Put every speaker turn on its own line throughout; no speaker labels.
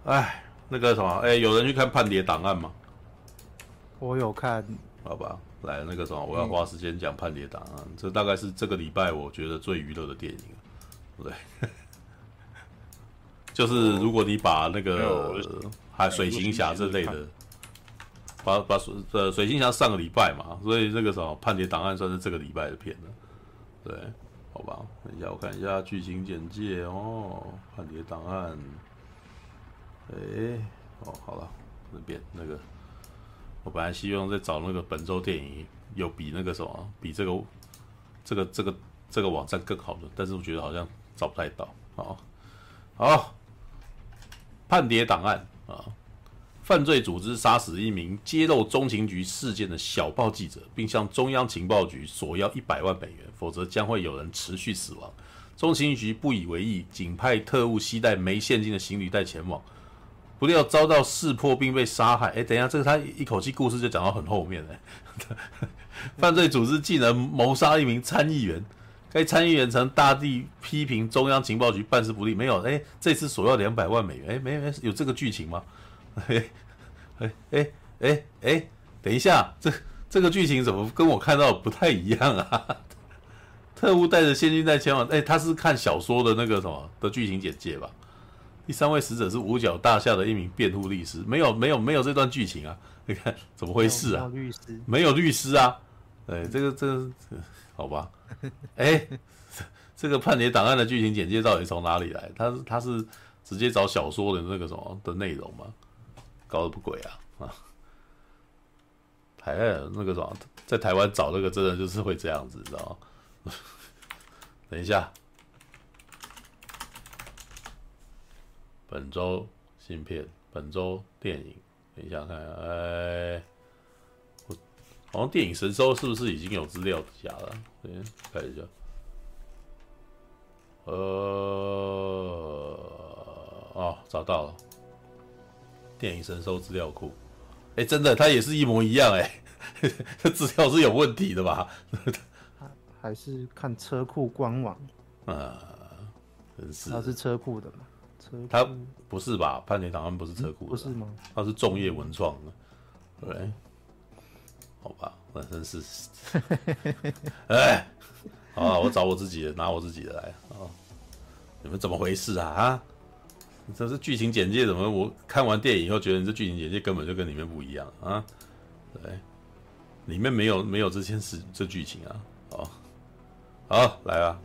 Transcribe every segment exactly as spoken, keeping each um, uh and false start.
哎，那个什么，哎，有人去看《叛谍档案》吗？
我有看。
好吧，来那个什么，我要花时间讲《叛谍档案》嗯，这大概是这个礼拜我觉得最娱乐的电影了，对。就是如果你把那个还水行侠这类的，把把水呃水行侠上个礼拜嘛，所以这个什么叛谍档案算是这个礼拜的片了，对，好吧，等一下我看一下剧情简介哦，叛谍档案，哎、欸，哦好了，这边那个，我本来希望再找那个本周电影有比那个什么比这个这个这个这个网站更好的，但是我觉得好像找不太到，好，好。叛谍档案啊，犯罪组织杀死一名揭露中情局事件的小报记者，并向中央情报局索要一百万美元，否则将会有人持续死亡。中情局不以为意，仅派特务携带没现金的行李袋前往，不料遭到识破并被杀害。哎，等一下，这个他一口气故事就讲到很后面了。犯罪组织竟然谋杀一名参议员。该参议员曾大力批评中央情报局办事不力，没有，哎，这次索要两百万美元，哎，没没有这个剧情吗？哎哎哎哎哎，等一下，这这个剧情怎么跟我看到的不太一样啊？特务带着现金袋前往，哎，他是看小说的那个什么的剧情简介吧？第三位死者是五角大厦的一名辩护律师，没有没有没有这段剧情啊？你看怎么回事啊？
没有律师，
没有律师啊？哎，这个这个。好吧，哎、欸，这个叛谍档案的剧情简介到底从哪里来？他是他是直接找小说的那个什么的内容吗？搞得不鬼啊啊！台湾那个什么，在台湾找那个真的就是会这样子，你知道吗？等一下，本周新片，本周电影，等一下看，哎、欸。好像电影神搜是不是已经有资料夹了？对，看一下。呃，哦，找到了，电影神搜资料库。哎、欸，真的，它也是一模一样哎、欸，这资料是有问题的吧？
还是看车库官网？
啊，真是。
它是车库的嘛？车库
它不是吧？叛谍档案不是车库的、
嗯，不是吗？
它是众业文创的，对。好吧，那真是，哎，好啊，我找我自己的，拿我自己的来啊！你们怎么回事啊？啊，这是剧情简介怎么？我看完电影以后觉得你这剧情简介根本就跟里面不一样啊！对，里面没有没有这件事这剧情啊！好，好来啊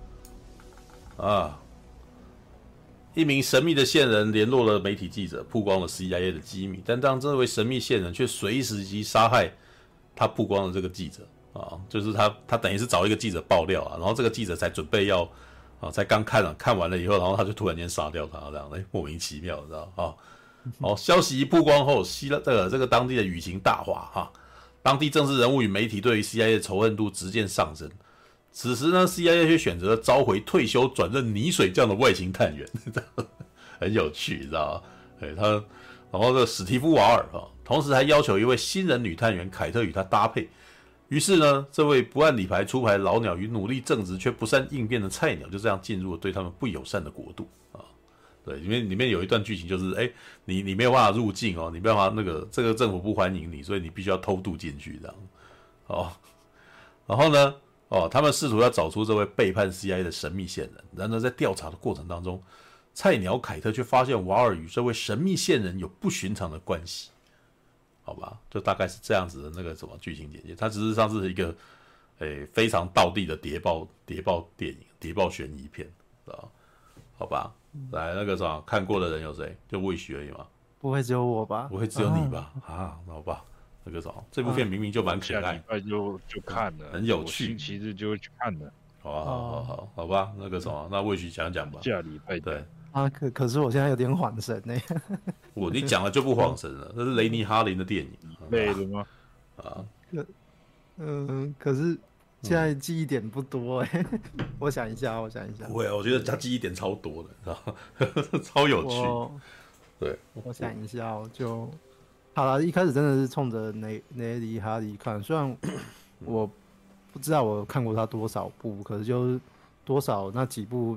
啊！一名神秘的线人联络了媒体记者，曝光了 C I A 的机密，但当这位神秘线人却随时及杀害他曝光的这个记者啊，就是他，他等于是找一个记者爆料啊，然后这个记者才准备要啊，才刚看了看完了以后，然后他就突然间杀掉他，这样哎，莫名其妙，你知道啊？哦，消息一曝光后，希这个这个当地的舆情大哗哈，当地政治人物与媒体对于 C I A 的仇恨度直线上升。此时呢 ，C I A 却选择了召回退休转任泥水匠的外星探员，很有趣，你知道吗？哎，他，然后这个史蒂夫·瓦尔啊。同时还要求一位新人女探员凯特与他搭配。于是呢，这位不按理牌出牌老鸟与努力正直却不善应变的菜鸟就这样进入了对他们不友善的国度啊。对，里面里面有一段剧情就是，哎，你你没有办法入境哦，你没有办法那个这个政府不欢迎你，所以你必须要偷渡进去这样。哦，然后呢，哦，他们试图要找出这位背叛 C I A 的神秘线人，然而在调查的过程当中，菜鸟凯特却发现瓦尔与这位神秘线人有不寻常的关系。好吧，就大概是这样子的那个什么剧情简介，它实质上是一个，诶、欸、非常道地的谍报谍报电影、谍报悬疑片，知道？好吧，来那个什么看过的人有谁？就Wish而已嘛。
不会只有我吧？
不会只有你吧？啊，啊好吧，那个什么，这部片明明就蛮可爱，
下礼拜就就看了，
很有趣，
星期日就会去看的。
好啊，好好好，好吧，那个什么，那Wish讲讲吧。
下礼拜
对。
啊，可可是我现在有点恍神呢。
我你讲了就不恍神了，这是雷尼哈林的电影，
累了吗？
啊，嗯，可是现在记忆点不多哎，我想一下，我想一下。
不会啊，我觉得他记忆点超多的，知道吗？超有趣。对，
我想一下，我就好了。一开始真的是冲着雷雷尼哈林看，虽然我不知道我看过他多少部，可是就是多少那几部。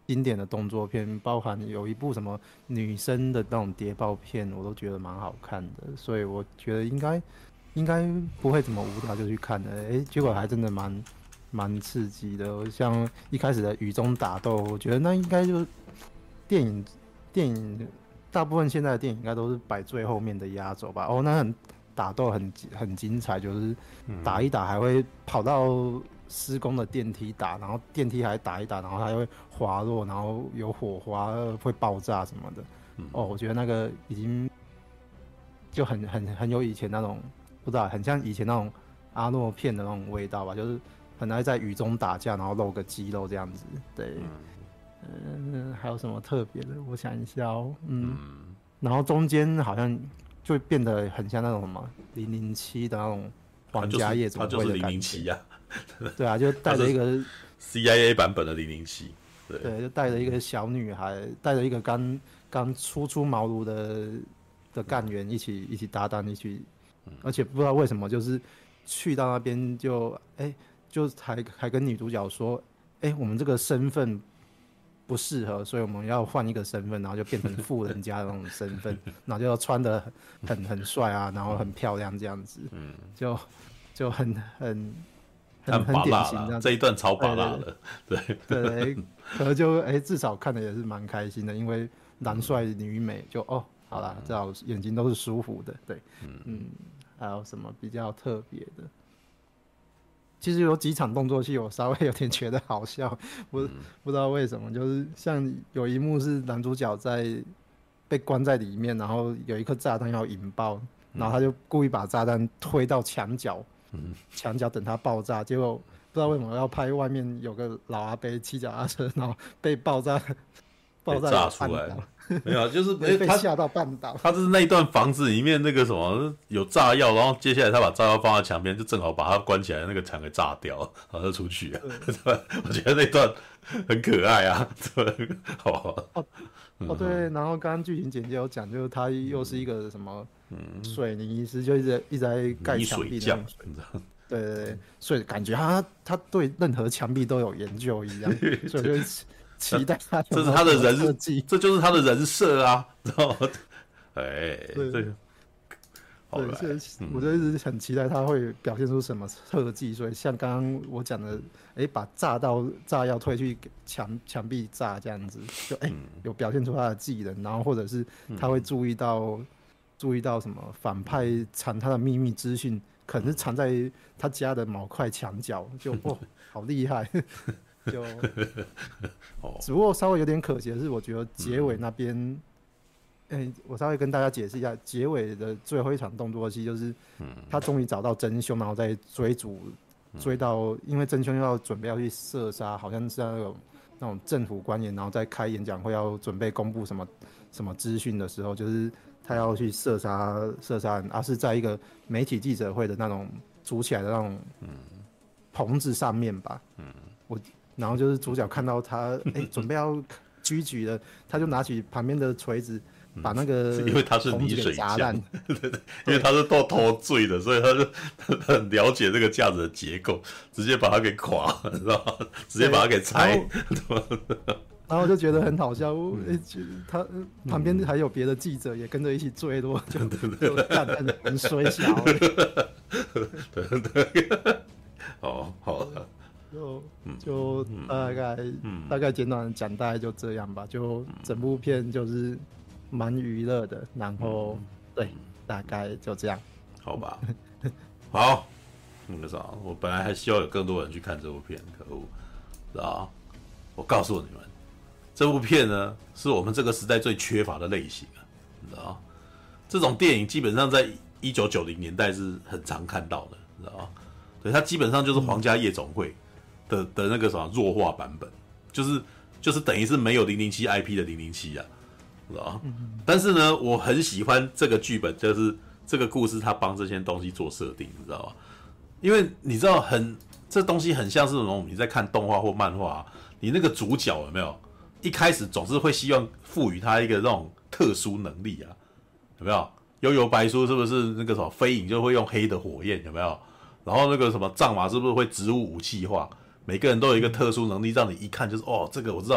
经典的动作片，包含有一部什么女生的那种谍报片，我都觉得蛮好看的，所以我觉得应该应该不会怎么无聊就去看的。哎、欸，结果还真的蛮蛮刺激的。像一开始的雨中打斗，我觉得那应该就是电影电影大部分现在的电影应该都是摆最后面的压轴吧。哦，那很打斗很很精彩，就是打一打还会跑到施工的电梯打，然后电梯还打一打，然后还会滑落，然后有火花会爆炸什么的。哦，我觉得那个已经就很很很有以前那种，不知道，很像以前那种阿诺片的那种味道吧，就是很爱在雨中打架，然后露个肌肉这样子。对，嗯、呃，还有什么特别的？我想一下哦，嗯，然后中间好像就变得很像那种什么零零七的那种皇家夜总会的感觉。他就是零零七呀。对啊，就带着一个
C I A 版本的零零七，对，
对，就带着一个小女孩，带着一个刚刚初出茅庐的的干员一起一起搭档一起，而且不知道为什么就是去到那边就哎、欸，就还还跟女主角说，哎、欸，我们这个身份不适合，所以我们要换一个身份，然后就变成富人家的那种身份，然后就穿得很很帅啊，然后很漂亮这样子，嗯，就就很很。很很典型的
这一段超拔辣的，对
对 对, 對，可是就哎、欸，至少看的也是蛮开心的，因为男帅女美就哦，好啦，至少眼睛都是舒服的，对，嗯嗯，还有什么比较特别的？其实有几场动作戏我稍微有点觉得好笑，不、嗯、不知道为什么，就是像有一幕是男主角在被关在里面，然后有一颗炸弹要引爆，然后他就故意把炸弹推到墙角。墙角等它爆炸，结果不知道为什么要拍外面有个老阿伯骑脚踏车，然后被爆炸爆炸
炸出来，没有，就是
被吓到绊倒。
他就是那一段房子里面那个什么有炸药，然后接下来他把炸药放在墙边，就正好把它关起来，那个墙给炸掉，然后就出去了。我觉得那段很可爱啊，对，好。
哦, 哦对，然后刚刚剧情简介有讲，就是他又是一个什么水泥师，就一直一直在盖墙壁的那种水。对对对，所以感觉他他对任何墙壁都有研究一样，所以就期待他。
这是他的人设，这就是他的人设啊，知道吗？哎，这个。
对，所以我就一直很期待他会表现出什么特技，所以像刚刚我讲的，哎，把炸到炸药推去墙墙壁炸这样子，就哎、欸、有表现出他的技能，然后或者是他会注意到、嗯、注意到什么反派藏他的秘密资讯，可能是藏在他家的某块墙角，就哦好厉害，就，只不过稍微有点可惜的是，我觉得结尾那边。嗯欸、我稍微跟大家解释一下，结尾的最后一场动作戏就是，他终于找到真凶，然后再追逐，追到，因为真凶要准备要去射杀，好像是那种那种政府官员，然后在开演讲会要准备公布什么什么资讯的时候，就是他要去射杀射杀人，而、啊、是在一个媒体记者会的那种组起来的那种棚子上面吧。我然后就是主角看到他，哎、欸，准备要狙击了，他就拿起旁边的锤子。把那个
因为他是泥水匠，对对，因为他是做头坠的，所以他就他很了解这个架子的结构，直接把它给垮，你知道吗？直接把它给拆。
然后就觉得很好笑，嗯、他旁边还有别的记者也跟着一起坠落，就就干得很衰小。
对对，哦，好了。
就就大概、嗯、大概简短讲，大概就这样吧。就整部片就是蛮娱乐的，然后、嗯、对，大概就这样。
好吧，好，那个啥，我本来还希望有更多人去看这部片，可恶，知道吗？我告诉你们，这部片呢是我们这个时代最缺乏的类型啊，你知道吗？这种电影基本上在一九九零年代是很常看到的，你知道吗？对，它基本上就是皇家夜总会。的, 的那个什么弱化版本，就是就是等于是没有零零七 I P 的零零七啊，知道吗？嗯、但是呢，我很喜欢这个剧本，就是这个故事，他帮这些东西做设定，你知道吗？因为你知道很这东西很像是那种你在看动画或漫画、啊，你那个主角有没有一开始总是会希望赋予他一个那种特殊能力啊？有没有？幽游白书是不是那个什么飞影就会用黑的火焰？有没有？然后那个什么藏马是不是会植物武器化？每个人都有一个特殊能力，让你一看就是哦，这个我知道，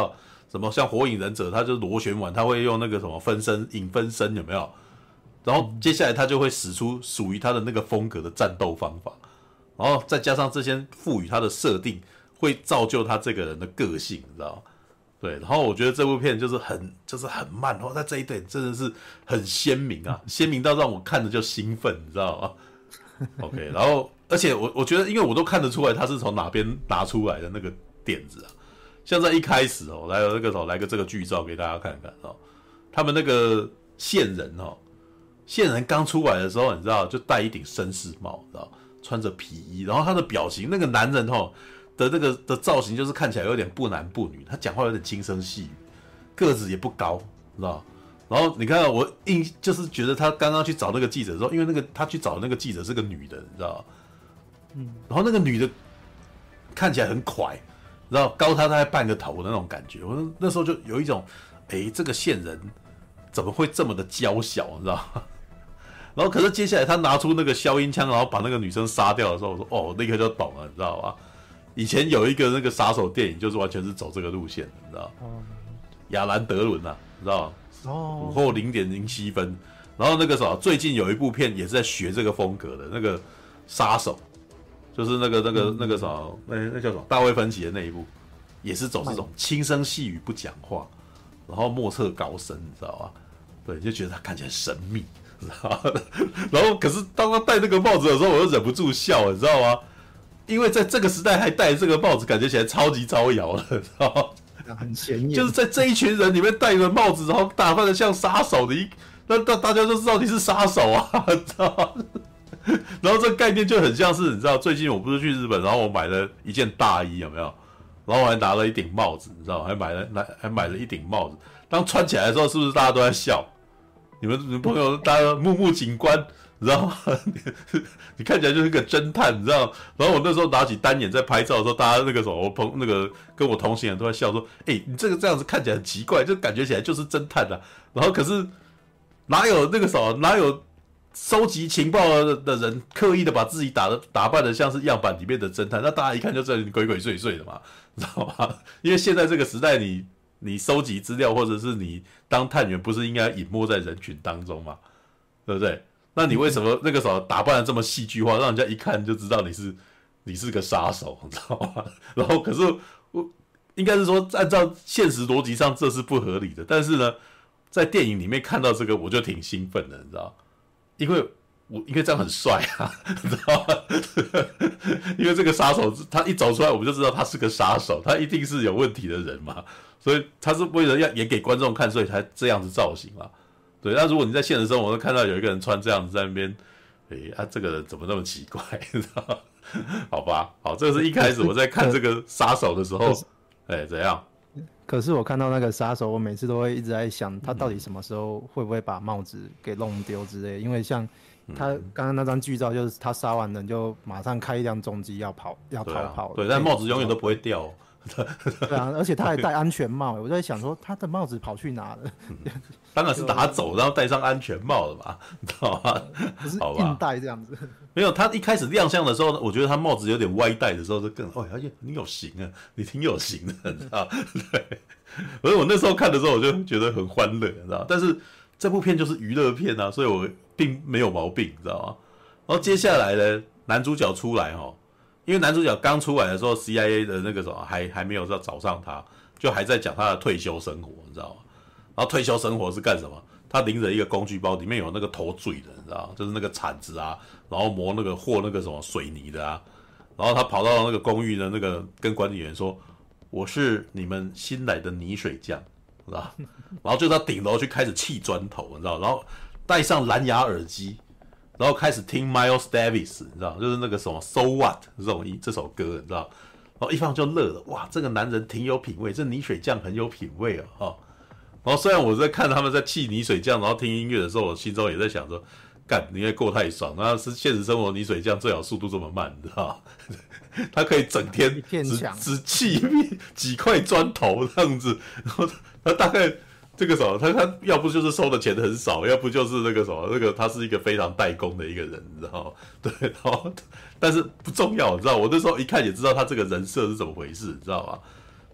什么像火影忍者，他就螺旋丸，他会用那个什么分身影分身有没有？然后接下来他就会使出属于他的那个风格的战斗方法，然后再加上这些赋予他的设定，会造就他这个人的个性，你知道吗？对，然后我觉得这部片就是很就是很慢，然后在这一点真的是很鲜明啊，鲜明到让我看着就兴奋，你知道吗 ？OK， 然后而且我我觉得，因为我都看得出来他是从哪边拿出来的那个点子啊，像在一开始哦，来那个时候来个这个剧照给大家看看哦，他们那个线人哦，线人刚出来的时候，你知道就戴一顶绅士帽，你知道，穿着皮衣，然后他的表情，那个男人哦。的那个的造型就是看起来有点不男不女，他讲话有点轻声细语，个子也不高，知道？然后你看我印就是觉得他刚刚去找那个记者的时候，因为那个他去找那个记者是个女的，你知道？嗯，然后那个女的看起来很快，知道高他大概半个头的那种感觉，我那时候就有一种，哎，这个线人怎么会这么的娇小，你知道？然后可是接下来他拿出那个消音枪，然后把那个女生杀掉的时候，我说哦，立刻就懂了，你知道吧？以前有一个那个杀手电影，就是完全是走这个路线的，你知道？亚兰德伦啊，你知道？午后零点零七分，然后那个什么，最近有一部片也是在学这个风格的，那个杀手，就是那个那个那个什么，那那叫什么？大卫芬奇的那一部，也是走这种轻声细语不讲话，然后莫测高深，你知道吧？对，就觉得他看起来神秘，知道吗？然后可是当他戴那个帽子的时候，我又忍不住笑，你知道吗？因为在这个时代还戴这个帽子，感觉起来超级招摇了，知道吗？
很显眼。
就是在这一群人里面戴着帽子，然后打扮的像杀手的一，那那大家都知道你是杀手啊，你知道吗？然后这个概念就很像是，你知道，最近我不是去日本，然后我买了一件大衣，有没有？然后我还拿了一顶帽子，你知道吗？还买了还还买了一顶帽子。当穿起来的时候，是不是大家都在笑？你们你们朋友大家目目景观。你知道吗？你看起来就是个侦探，你知道？然后我那时候拿起单眼在拍照的时候，大家那个什么，我朋那个跟我同行人都在笑说：“哎、欸，你这个这样子看起来很奇怪，就感觉起来就是侦探啊。”然后可是哪有那个什么，哪有收集情报的人刻意的把自己打的打扮的像是样板里面的侦探？那大家一看就知道你鬼鬼祟祟的嘛，你知道吗？因为现在这个时代你，你你收集资料或者是你当探员，不是应该隐没在人群当中吗？对不对？那你为什么那个时候打扮的这么戏剧化，让人家一看就知道你是你是个杀手，你知道吗？然后可是我应该是说，按照现实逻辑上这是不合理的，但是呢，在电影里面看到这个我就挺兴奋的，你知道，因为我因为这样很帅啊，你知道吗？因为这个杀手他一走出来，我们就知道他是个杀手，他一定是有问题的人嘛，所以他是为了要演给观众看，所以才这样子造型嘛。对，那如果你在现实生活中看到有一个人穿这样子在那边，哎、欸，啊，这个人怎么那么奇怪？你知道？好吧，好，这个是一开始我在看这个杀手的时候，哎、欸，怎样？
可是我看到那个杀手，我每次都会一直在想，他到底什么时候会不会把帽子给弄丢之类？因为像他刚刚那张剧照，就是他杀完人就马上开一辆重机要跑，要逃跑。
对、啊，对，但帽子永远都不会掉、哦。
对啊，而且他还戴安全帽，我在想说他的帽子跑去哪了？嗯、
当然是拿走，然后戴上安全帽了嘛，你知道吗？
不是硬戴这样子。
没有，他一开始亮相的时候，我觉得他帽子有点歪戴的时候，就更哦，而且你有型啊，你挺有型的，你知道？对，所以我那时候看的时候，我就觉得很欢乐，你知道？但是这部片就是娱乐片啊，所以我并没有毛病，你知道吗？然后接下来呢，男主角出来哦。因为男主角刚出来的时候 ，C I A 的那个什么还还没有要找上他，就还在讲他的退休生活，你知道吗？然后退休生活是干什么？他拎着一个工具包，里面有那个头嘴的，你知道吗？就是那个铲子啊，然后磨那个和那个什么水泥的啊。然后他跑到那个公寓的那个跟管理员说：“我是你们新来的泥水匠，知道？”然后就到顶楼去开始砌砖头，你知道？然后戴上蓝牙耳机。然后开始听 Miles Davis， 你知道，就是那个什么 So What 这种这首歌，你知道，然后一放就乐了，哇，这个男人挺有品味，这泥水匠很有品味哦，哦然后虽然我在看他们在砌泥水匠，然后听音乐的时候，我心中也在想说，干，你应该过太爽，那是现实生活泥水匠最好速度这么慢，你知道，他可以整天只只砌几块砖头这样子，然后他大概。这个什么，他他要不就是收的钱很少，要不就是那个什么，那个他是一个非常代工的一个人，你知道吗？对，然后但是不重要，你知道，我那时候一看也知道他这个人设是怎么回事，你知道吗？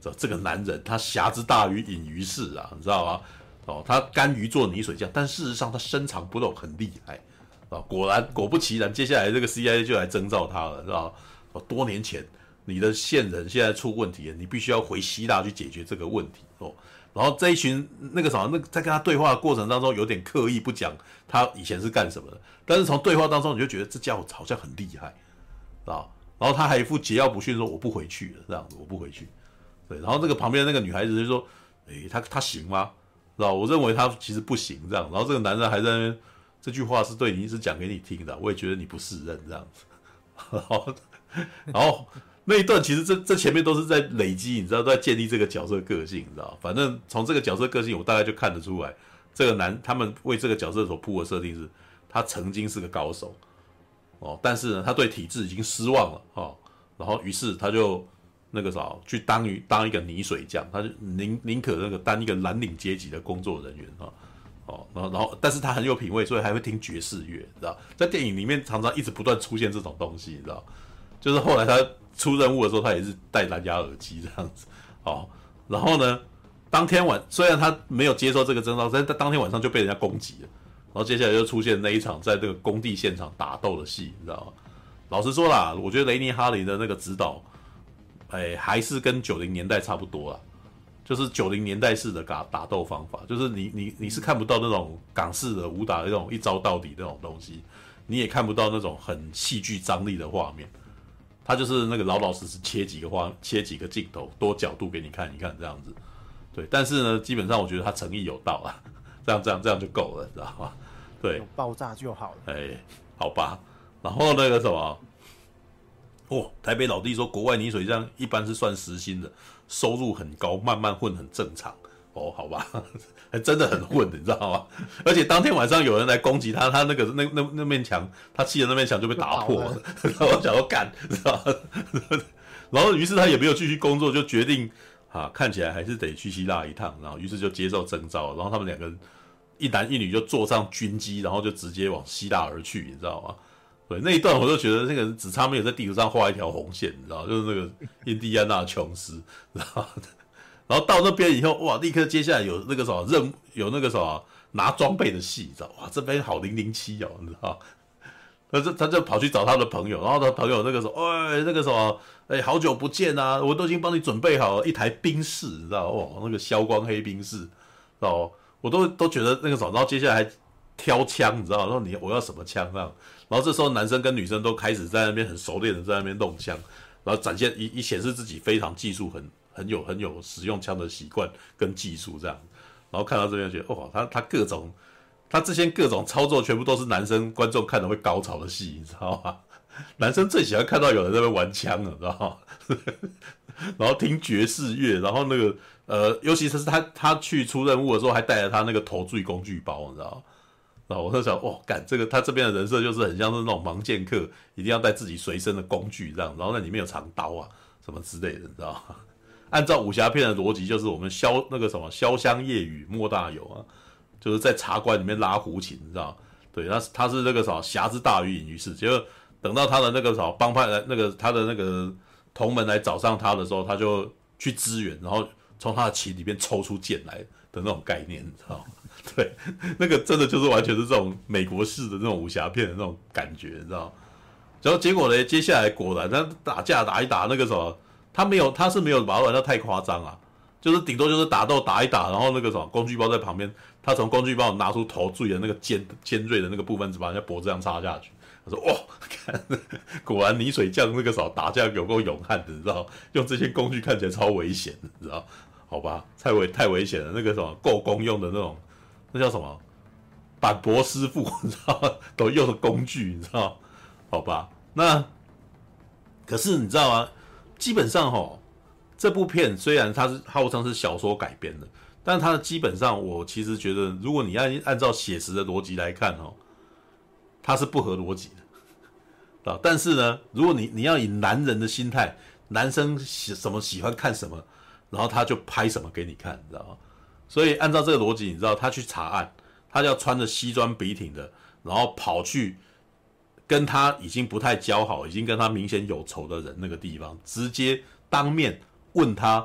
这这个男人他侠之大于隐于市啊，你知道吗？哦，他甘于做泥水匠，但事实上他深藏不露，很厉害啊！果然果不其然，接下来这个 C I A 就来征召他了，知道吗？哦，多年前你的线人现在出问题了，你必须要回希腊去解决这个问题哦。然后这一群那个什么，那在跟他对话的过程当中，有点刻意不讲他以前是干什么的，但是从对话当中你就觉得这家伙好像很厉害啊。然后他还一副桀骜不驯说我不回去了，这样子我不回去。对，然后那个旁边的那个女孩子就说：“诶，他他行吗？”知道？我认为他其实不行，这样。然后这个男人还在那边，这句话是对你是讲给你听的，我也觉得你不适任这样子。然后，然后那一段其实这这前面都是在累积，你知道，都在建立这个角色个性，你知道？反正从这个角色个性，我大概就看得出来，这个男他们为这个角色所铺的设定是，他曾经是个高手哦，但是呢，他对体制已经失望了哦，然后于是他就。那个啥，去当于当一个泥水匠，他就宁宁可那个当一个蓝领阶级的工作人员啊，哦，然后然后，但是他很有品味，所以还会听爵士乐，知道？在电影里面常常一直不断出现这种东西，你知道？就是后来他出任务的时候，他也是戴蓝牙耳机这样子，哦，然后呢，当天晚虽然他没有接受这个征召，但是他当天晚上就被人家攻击了，然后接下来就出现那一场在这个工地现场打斗的戏，你知道吗？老实说啦，我觉得雷尼哈林的那个指导。哎，还是跟九零年代差不多啦，就是九零年代式的打打斗方法，就是你你你是看不到那种港式的武打的那种一招到底那种东西，你也看不到那种很戏剧张力的画面，他就是那个老老实实切几个画，切几个镜头，多角度给你看一看这样子，对，但是呢，基本上我觉得他诚意有到啦，这样这样这样就够了，知道吗？对，
有爆炸就好了。
哎，好吧，然后那个什么。哦，台北老弟说，国外泥水匠一般是算时薪的，收入很高，慢慢混很正常。哦，好吧，还真的很混，你知道吗？而且当天晚上有人来攻击他，他那个那那那面墙，他砌的那面墙就被打破了。然后我想说干，知道吗？然后于是他也没有继续工作，就决定啊，看起来还是得去希腊一趟。然后于是就接受征召，然后他们两个人一男一女就坐上军机，然后就直接往希腊而去，你知道吗？对，那一段我就觉得那个人只差没有在地图上画一条红线，你知道，就是那个印第安纳琼斯，然后然后到那边以后，哇，立刻接下来有那个什么任有那个什么拿装备的戏，你知道，哇，这边好零零七哦，你知道，他就他就跑去找他的朋友，然后他朋友那个时候，哎，那个什么，哎，好久不见啊，我都已经帮你准备好了一台宾士，你知道，哇，那个消光黑宾士，知道，我都都觉得那个什么，然后接下来还挑枪，你知道，然后你我要什么枪这样。然后这时候男生跟女生都开始在那边很熟练的在那边弄枪，然后展现以以显示自己非常技术很很有很有使用枪的习惯跟技术这样。然后看到这边觉得，哦，他他各种他这些各种操作全部都是男生观众看的会高潮的戏，你知道吗？男生最喜欢看到有人在那边玩枪了，知道吗？然后听爵士乐，然后那个呃，尤其是他他去出任务的时候还带着他那个头坠工具包，你知道吗？然后我就想，哦，干这个他这边的人设就是很像是那种盲剑客，一定要带自己随身的工具这样，然后那里面有长刀啊什么之类的，你知道吗？按照武侠片的逻辑，就是我们潇那个什么潇湘夜雨莫大有啊，就是在茶馆里面拉胡琴，你知道吗？对，他他是那个什么侠之大于隐于市，结果等到他的那个什么帮派来那个他的那个同门来找上他的时候，他就去支援，然后从他的琴里面抽出剑来的那种概念，你知道吗？对，那个真的就是完全是这种美国式的那种武侠片的那种感觉，你知道？然后结果呢，接下来果然他打架打一打，那个什么，他没有，他是没有把它玩到太夸张啊，就是顶多就是打斗打一打，然后那个什么工具包在旁边，他从工具包拿出头坠的那个尖尖锐的那个部分，只把人家脖子上插下去。他说：“哇，看，果然泥水匠那个什么打架有够勇悍的，你知道？用这些工具看起来超危险的，你知道？好吧，太危太危险了，那个什么够公用的那种。”那叫什么？板博师傅，你知道吗？都用的工具，你知道吗？好吧，那可是你知道吗？基本上哈，这部片虽然它是号称是小说改编的，但它的基本上，我其实觉得，如果你按按照写实的逻辑来看哦，它是不合逻辑的啊。但是呢，如果你你要以男人的心态，男生喜什么喜欢看什么，然后他就拍什么给你看，你知道吗？所以按照这个逻辑，你知道他去查案，他要穿着西装笔挺的，然后跑去跟他已经不太交好，已经跟他明显有仇的人那个地方，直接当面问他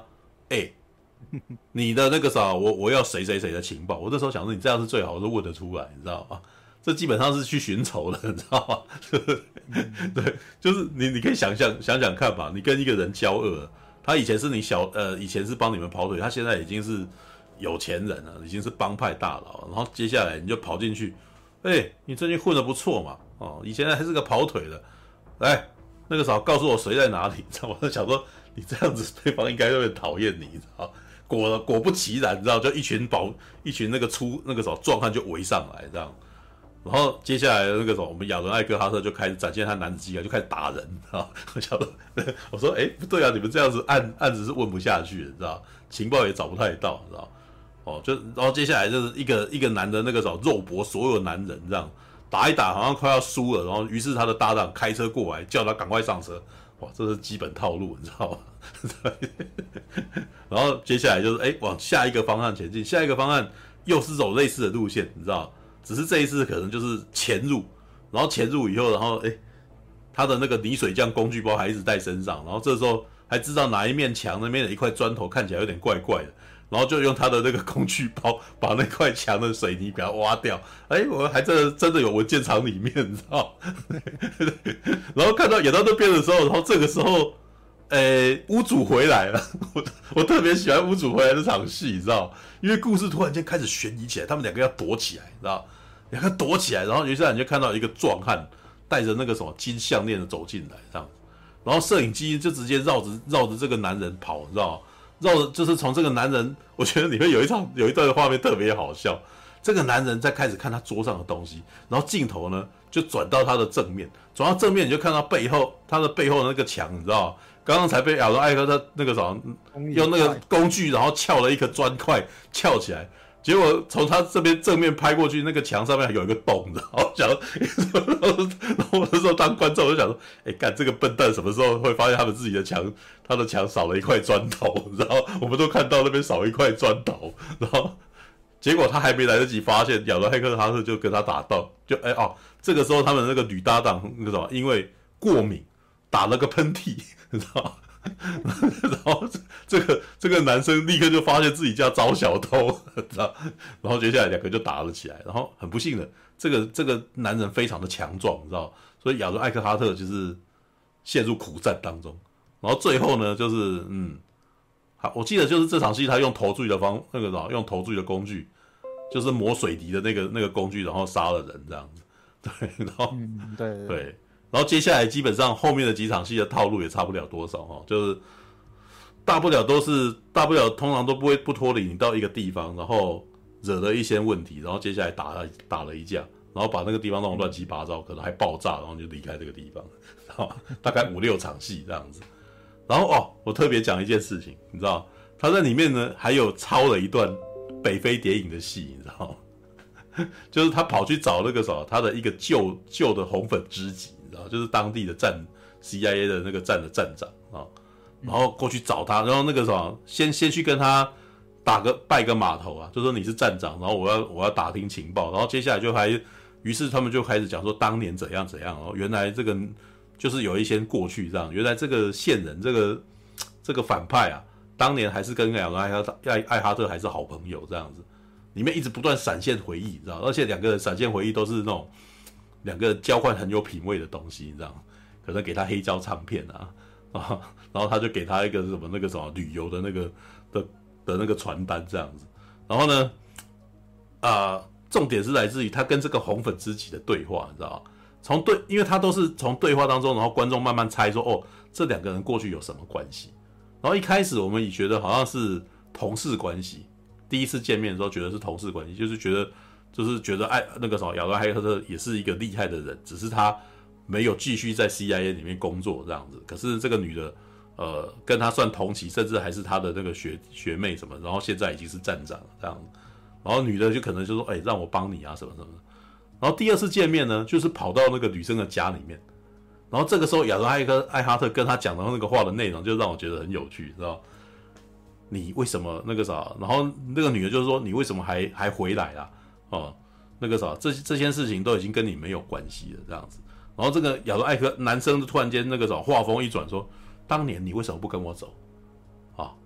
哎、欸，你的那个啥，我我要谁谁谁的情报。我那时候想说，你这样是最好，是问得出来，你知道吗？这基本上是去寻仇的，你知道吗？对，就是你你可以想象想想看吧，你跟一个人交恶了，他以前是你小呃，以前是帮你们跑腿，他现在已经是有钱人了，已经是帮派大佬，然后接下来你就跑进去，哎、欸，你最近混得不错嘛，哦，以前还是个跑腿的，来那个啥，告诉我谁在哪里，知道吗？我想说你这样子，对方应该会很讨厌你，你知道？果果不其然，你知道，就一群保一群那个粗那个什么壮汉就围上来这样。然后接下来那个什么，我们亚伦艾克哈特就开始展现他男子气概，就开始打人啊！我想说，我说，哎，不对啊，你们这样子案案子是问不下去的，你知道？情报也找不太到，你知道？哦，就然后接下来就是一个一个男的那个什么肉搏所有男人这样打一打，好像快要输了，然后于是他的搭档开车过来叫他赶快上车，哇，这是基本套路，你知道吗？然后接下来就是哎往下一个方案前进，下一个方案又是走类似的路线，你知道？只是这一次可能就是潜入，然后潜入以后，然后哎，他的那个泥水匠工具包还一直带身上，然后这时候还知道哪一面墙那边的一块砖头看起来有点怪怪的，然后就用他的那个工具包把那块墙的水泥给它挖掉。哎，我还真的真的有文件厂里面，你知道？然后看到演到这边的时候，然后这个时候，诶，屋主回来了。我我特别喜欢屋主回来这场戏，你知道？因为故事突然间开始悬疑起来，他们两个要躲起来，你知道？两个躲起来，然后于是你就看到一个壮汉带着那个什么金项链的走进来，这样，然后摄影机就直接绕着绕着这个男人跑，你知道吗？绕着就是从这个男人，我觉得里面有一场有一段的画面特别好笑。这个男人在开始看他桌上的东西，然后镜头呢就转到他的正面，转到正面你就看到背后他的背后的那个墙，你知道吗？刚刚才被亚伦艾克特那个什么用那个工具，然后撬了一颗砖块撬起来。结果从他这边正面拍过去，那个墙上面有一个洞，你知道吗？想，然后我那时候当观众，我就想说，哎、欸，干这个笨蛋什么时候会发现他们自己的墙，他的墙少了一块砖头，你知道？我们都看到那边少一块砖头，然后结果他还没来得及发现，亚伦黑克哈特就跟他打到，就哎、欸、哦，这个时候他们那个女搭档那个什么，因为过敏打了个喷嚏，你知道吗？然后这个这个男生立刻就发现自己家遭小偷，知道？然后接下来两个就打了起来，然后很不幸的，这个这个男人非常的强壮，你知道？所以亚伦艾克哈特就是陷入苦战当中。然后最后呢，就是嗯，好，我记得就是这场戏他用投坠的方那个什么，用投坠的工具，就是磨水泥的那个那个工具，然后杀了人这样子。对，然后、
嗯、对 对,
对。然后接下来基本上后面的几场戏的套路也差不了多少哈，就是大不了都是大不了通常都不会不脱离你到一个地方，然后惹了一些问题，然后接下来打了打了一架，然后把那个地方弄得乱七八糟，可能还爆炸，然后就离开这个地方，知道吗？大概五六场戏这样子。然后哦，我特别讲一件事情，你知道他在里面呢还有抄了一段北非谍影的戏，你知道吗？就是他跑去找那个什么他的一个旧旧的红粉知己。就是当地的站 C I A 的那个站的站长啊，然后过去找他，然后那个什么，先先去跟他打个拜个码头啊，就说你是站长，然后我要我要打听情报，然后接下来就还，于是他们就开始讲说当年怎样怎样哦，原来这个就是有一些过去这样，原来这个线人这个这个反派啊，当年还是跟亚伦艾哈艾艾哈特还是好朋友这样子，里面一直不断闪现回忆，你知道，而且两个人闪现回忆都是那种。两个交换很有品味的东西，你知道，可能给他黑胶唱片啊，啊，然后他就给他一个什么那个什么旅游的那个的的那个传单这样子，然后呢，啊、呃，重点是来自于他跟这个红粉知己的对话，你知道吗？从对，因为他都是从对话当中，然后观众慢慢猜说，哦，这两个人过去有什么关系？然后一开始我们也觉得好像是同事关系，第一次见面的时候觉得是同事关系，就是觉得。就是觉得艾那个什么亚伦艾克特也是一个厉害的人，只是他没有继续在 C I A 里面工作这样子。可是这个女的，呃，跟他算同期，甚至还是他的那个学学妹什么，然后现在已经是站长了这样子。然后女的就可能就说：“哎、欸，让我帮你啊，什么什么的。”然后第二次见面呢，就是跑到那个女生的家里面。然后这个时候亚伦艾克艾哈特跟他讲的那个话的内容，就让我觉得很有趣，知道？你为什么那个啥？然后那个女的就是说：“你为什么还还回来啊？”哦，那个啥，这这件事情都已经跟你没有关系了，这样子。然后这个亚伦艾克男生突然间那个啥，话锋一转说：“当年你为什么不跟我走？”啊，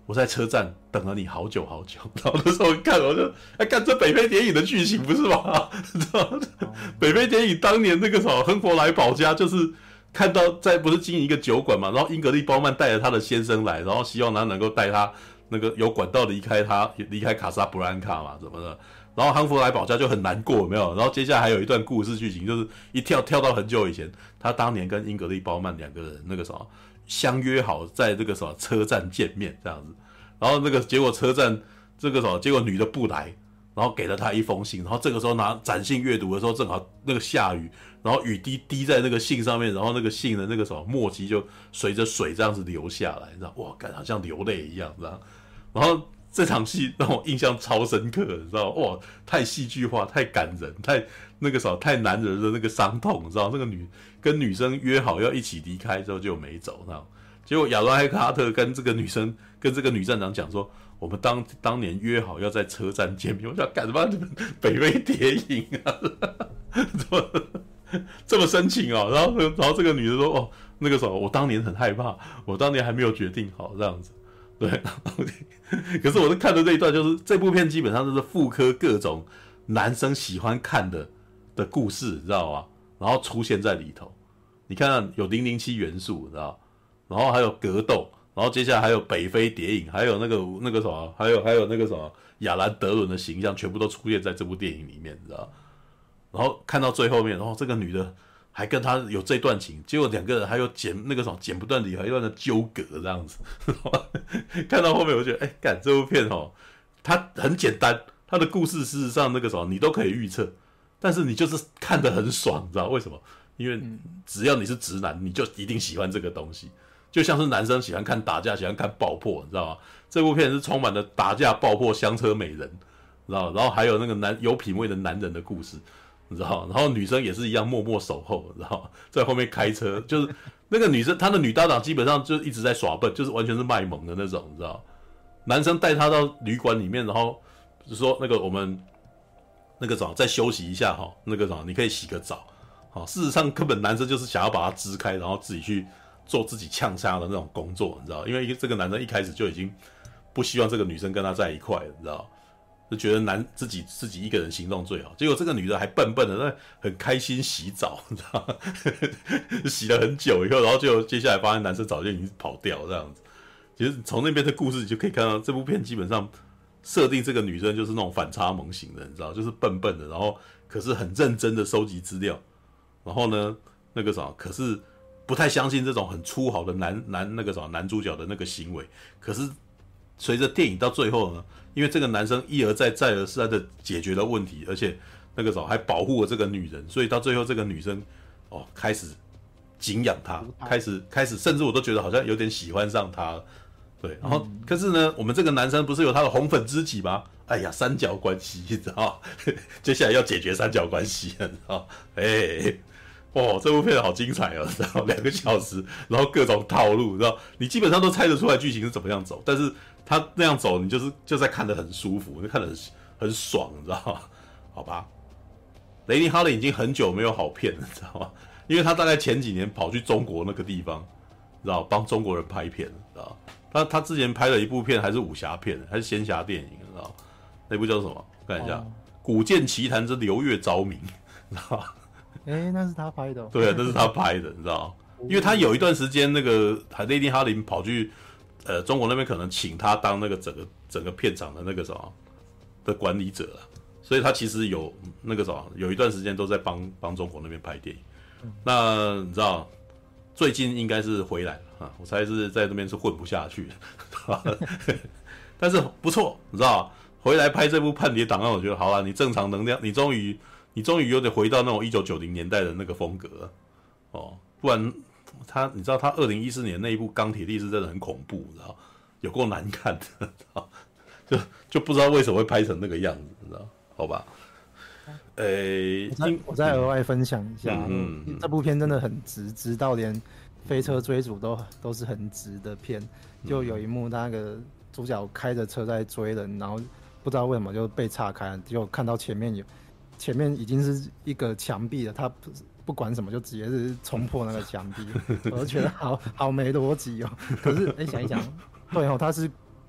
我在车站等了你好久好久。然后那时候看我就哎，看这北非谍影的剧情不是吗？北非谍影当年那个什么亨佛莱保家就是看到在不是经营一个酒馆嘛，然后英格丽褒曼带着他的先生来，然后希望他能够带他那个有管道离开他离开卡萨布兰卡嘛什么的。然后亨佛莱保家就很难过，有没有？然后接下来还有一段故事剧情，就是一跳跳到很久以前，他当年跟英格丽褒曼两个人那个什么相约好在这个什么车站见面这样子，然后那个结果车站这个什么结果女的不来，然后给了他一封信，然后这个时候拿展信阅读的时候正好那个下雨，然后雨滴滴在那个信上面，然后那个信的那个什么墨迹就随着水这样子流下来，你知道哇，感觉好像流泪一样，知道？然后这场戏让我印象超深刻，你知道哇，太戏剧化，太感人，太那个啥，太男人的那个伤痛，你知道？那个女跟女生约好要一起离开之后就没走，知道？结果亚当·艾克哈特跟这个女生跟这个女站长讲说，我们当当年约好要在车站见面。我想干什么？北非谍影啊，怎么这么深情哦？然后然后这个女的说，哦，那个什么，我当年很害怕，我当年还没有决定好这样子。对，可是我是看的这一段，就是这部片基本上都是复刻各种男生喜欢看的的故事，你知道吗？然后出现在里头。你看有零零七元素，你知道？然后还有格斗，然后接下来还有北非谍影，还有那个那个什么，还有还有那个什么亚兰德伦的形象，全部都出现在这部电影里面，你知道？然后看到最后面，然后这个女的还跟他有这段情，结果两个人还有剪那个什么剪不断理还断的纠葛这样子。看到后面我觉得，哎，干这部片哦，它很简单，它的故事事实上那个什么你都可以预测，但是你就是看得很爽，你知道为什么？因为只要你是直男，你就一定喜欢这个东西，就像是男生喜欢看打架，喜欢看爆破，你知道吗？这部片是充满了打架、爆破、香车美人，知道？然后还有那个男有品味的男人的故事。你知道，然后女生也是一样默默守候，你知道，在后面开车，就是那个女生，她的女搭档基本上就一直在耍笨，就是完全是卖萌的那种，你知道。男生带她到旅馆里面，然后就说那个我们那个早再休息一下哈，那个早你可以洗个澡，好，事实上根本男生就是想要把她支开，然后自己去做自己呛杀的那种工作，你知道，因为这个男生一开始就已经不希望这个女生跟他在一块了，你知道。就觉得男自己自己一个人行动最好，结果这个女的还笨笨的，那很开心洗澡，你知道吗？洗了很久以后，然后就接下来发现男生早就已经跑掉这样子。其实从那边的故事你就可以看到，这部片基本上设定这个女生就是那种反差萌型的，你知道，就是笨笨的，然后可是很认真的收集资料，然后呢那个啥，可是不太相信这种很粗豪的男男那个啥男主角的那个行为，可是随着电影到最后呢。因为这个男生一而再再而三的解决了问题，而且那个时候还保护了这个女人，所以到最后这个女生哦开始敬仰他，开始开始，甚至我都觉得好像有点喜欢上他。对，然后、嗯、可是呢，我们这个男生不是有他的红粉知己吗？哎呀，三角关系，你知道？接下来要解决三角关系，你知道？哎，哦，这部片好精彩哦，知道？两个小时，然后各种套路，知道？你基本上都猜得出来剧情是怎么样走，但是。他那样走，你就是就在看得很舒服，你看得很很爽，你知道吗？好吧，雷尼哈林已经很久没有好片了，你知道吗？因为他大概前几年跑去中国那个地方，你知道，帮中国人拍片，知道？他他之前拍了一部片，还是武侠片，还是仙侠电影，你知道？那部叫什么？看一下，《古剑奇谭之流月昭明》，你知道？
哎、欸，那是他拍的、哦。
对，那是他拍的，你知道？因为他有一段时间，那个雷尼哈林跑去。呃，中国那边可能请他当那个整个整个片场的那个什么的管理者了，所以他其实有那个什么，有一段时间都在帮帮中国那边拍电影。嗯、那你知道，最近应该是回来了啊，我猜是在那边是混不下去了，但是不错，你知道，回来拍这部《叛谍档案》，我觉得好了，你正常能量，你终于你终于有点回到那种一九九零年代的那个风格了哦，不然。他，你知道他二零一四年那一部《钢铁力士》真的很恐怖，你知道，有够难看的，知道，就就不知道为什么会拍成那个样子，你知道？好吧，呃、欸，
我再我再额外分享一下，嗯嗯、这部片真的很直，直到连飞车追逐都都是很直的片。就有一幕，那个主角开着车在追人，然后不知道为什么就被岔开了，就看到前面有，前面已经是一个墙壁了，他。不管什么就直接是冲破那个墙壁，我就觉得好好没逻辑哦。可是哎、欸，想一想，对哦，他是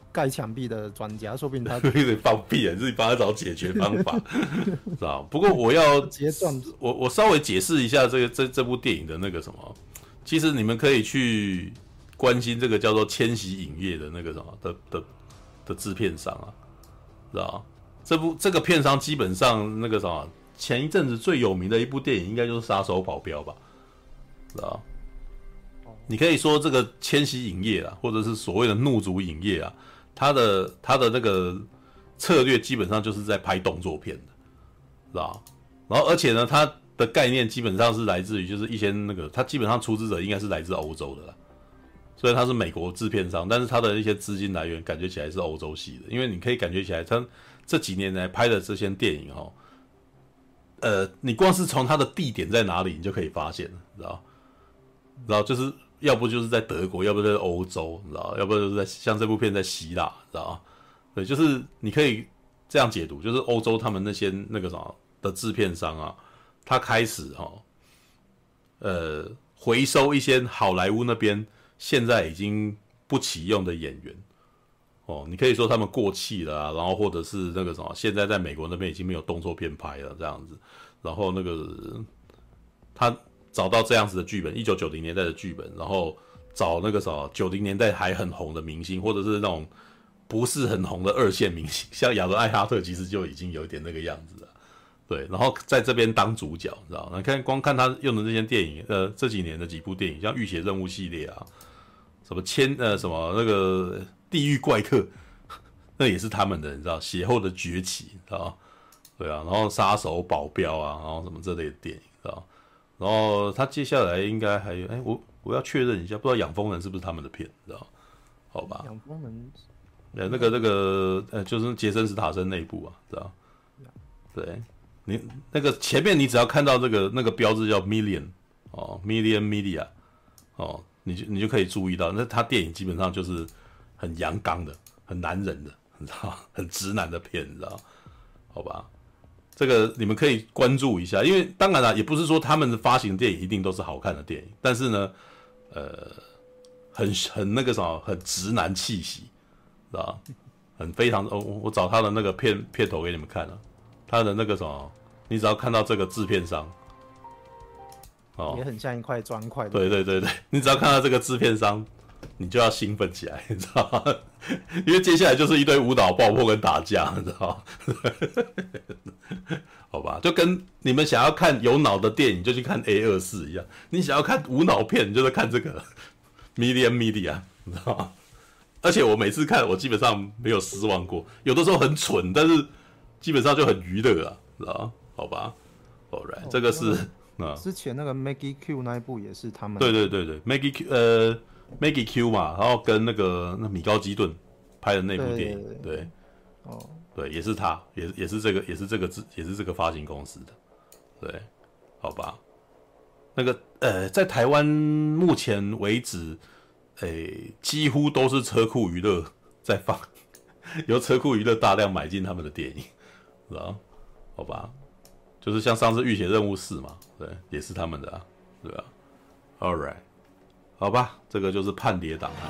盖墙壁的专家，说不定他
有点放屁啊，自己帮他找解决方法，知道？不过我要
直接撞，
我我稍微解释一下这个这这部电影的那个什么，其实你们可以去关心这个叫做千禧影业的那个什么的的的制片商啊，知道？这部这个片商基本上那个什么，前一阵子最有名的一部电影应该就是《杀手保镖》吧，知道？你可以说这个千禧影业啊，或者是所谓的怒族影业啊，它的它的那个策略基本上就是在拍动作片的，知道？然后而且呢，它的概念基本上是来自于就是一些那个，它基本上出资者应该是来自欧洲的啦，所以它是美国制片商，但是它的一些资金来源感觉起来是欧洲系的，因为你可以感觉起来，它这几年来拍的这些电影哦，呃，你光是从它的地点在哪里，你就可以发现了，知道？然后就是要不就是在德国，要不就是欧洲，你知道？要不就是在像这部片在希腊，知道？对，就是你可以这样解读，就是欧洲他们那些那个什么的制片商啊，他开始哈、哦，呃，回收一些好莱坞那边现在已经不启用的演员，哦，你可以说他们过气了啊，然后或者是那个什么，现在在美国那边已经没有动作片拍了这样子，然后那个他。找到这样子的剧本，一九九零年代的剧本，然后找那个什么九零年代还很红的明星，或者是那种不是很红的二线明星，像亚伦艾哈特其实就已经有一点那个样子了，对，然后在这边当主角，你知道吗？你看光看他用的这些电影，呃，这几年的几部电影，像《浴血任务》系列啊，什么千呃什么那个《地狱怪客》，那也是他们的，你知道，血后的崛起，知道吗？对啊，然后杀手保镖啊，然后什么这类的电影，知道吗？然后他接下来应该还有，哎，我我要确认一下，不知道养蜂人是不是他们的片，知道？好吧。
养蜂人，
呃，那个那个呃，就是杰森·斯塔森那一部啊，知道？对，你那个前面你只要看到这个那个标志叫 Million 哦 ，Million Media 哦，你就你就可以注意到，那他电影基本上就是很阳刚的、很男人的，你知道，很直男的片，你知道？好吧。这个你们可以关注一下，因为当然啦，也不是说他们的发行的电影一定都是好看的电影，但是呢，呃，很很那个什么，很直男气息，知道吧？很非常，哦，我找他的那个片片头给你们看了，他的那个什么，你只要看到这个制片商，
哦，也很像一块砖块。
对对对对，你只要看到这个制片商，你就要兴奋起来，你知道吗？因为接下来就是一堆舞蹈爆破跟打架，你知道吗？好吧，就跟你们想要看有脑的电影就去看 A 二十四 一样，你想要看无脑片，你就在看这个 Million Media， 你知道吗？而且我每次看，我基本上没有失望过，有的时候很蠢，但是基本上就很娱乐啊，知道吗？好吧 ，Alright， 这个是
啊，之前那个 Maggie Q 那一部也是他们，
对对对对 ，Maggie Q 呃 Maggie Q 嘛，然后跟那个那米高基顿拍的那部电影，对，对哦。对，也是他，也也是这个，也是这个，也是这个发行公司的，对，好吧。那个呃，在台湾目前为止，诶，几乎都是车库娱乐在放，由车库娱乐大量买进他们的电影，是吧？好吧，就是像上次《浴血任务四》嘛，对，也是他们的啊，对吧 ？All right， 好吧，这个就是叛谍档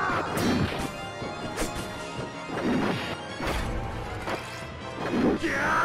案。Yeah!